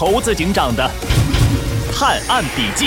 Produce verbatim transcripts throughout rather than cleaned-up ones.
猴子警长的探案笔记。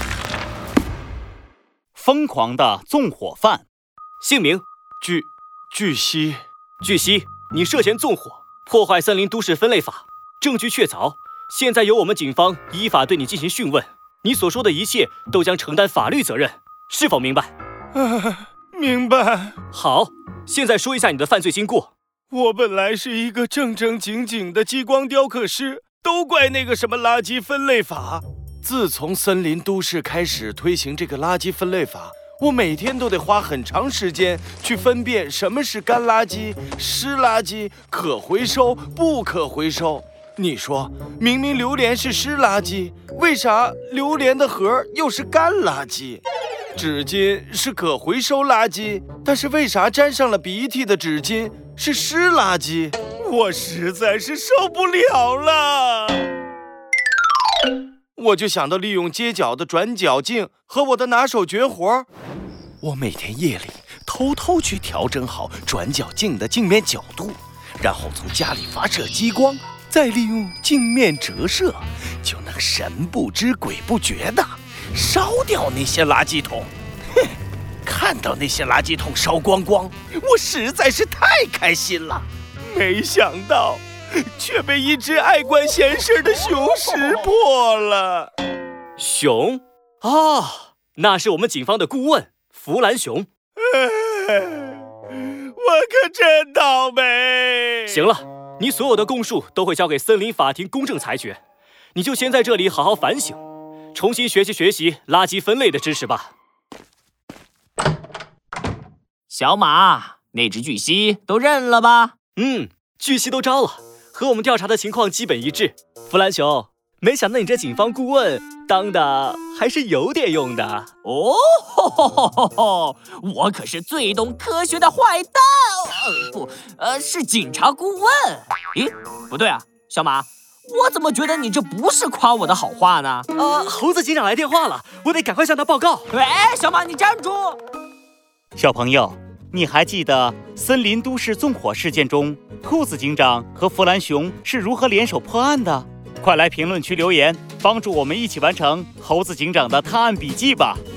疯狂的纵火犯， 姓名巨巨蜥。 巨蜥，你涉嫌纵火，破坏森林都市分类法，证据确凿。现在由我们警方依法对你进行讯问，你所说的一切都将承担法律责任，是否明白？ 啊，明白。 好，现在说一下你的犯罪经过。 我本来是一个正正经经的激光雕刻师，都怪那个什么垃圾分类法。自从森林都市开始推行这个垃圾分类法，我每天都得花很长时间去分辨什么是干垃圾、湿垃圾、可回收、不可回收。你说，明明榴莲是湿垃圾，为啥榴莲的核又是干垃圾？纸巾是可回收垃圾，但是为啥沾上了鼻涕的纸巾是湿垃圾？我实在是受不了了。我就想到利用街角的转角镜和我的拿手绝活，我每天夜里偷偷去调整好转角镜的镜面角度，然后从家里发射激光，再利用镜面折射，就能神不知鬼不觉的烧掉那些垃圾桶。哼，看到那些垃圾桶烧光光，我实在是太开心了。没想到却被一只爱管闲事的熊识破了。 熊？啊，那是我们警方的顾问弗兰熊。 我可真倒霉。 行了，你所有的供述都会交给森林法庭公正裁决，你就先在这里好好反省，重新学习学习垃圾分类的知识吧。 小马，那只巨蜥都认了吧？ 嗯，巨蜥都招了，和我们调查的情况基本一致。弗兰熊，没想到你这警方顾问当的还是有点用的哦。吼吼吼吼吼，我可是最懂科学的坏蛋，呃不，呃是警察顾问。咦，不对啊，小马，我怎么觉得你这不是夸我的好话呢？ 呃，猴子警长来电话了，我得赶快向他报告。 哎，小马，你站住！ 小朋友，你还记得森林都市纵火事件中，兔子警长和弗兰熊是如何联手破案的？快来评论区留言，帮助我们一起完成猴子警长的探案笔记吧。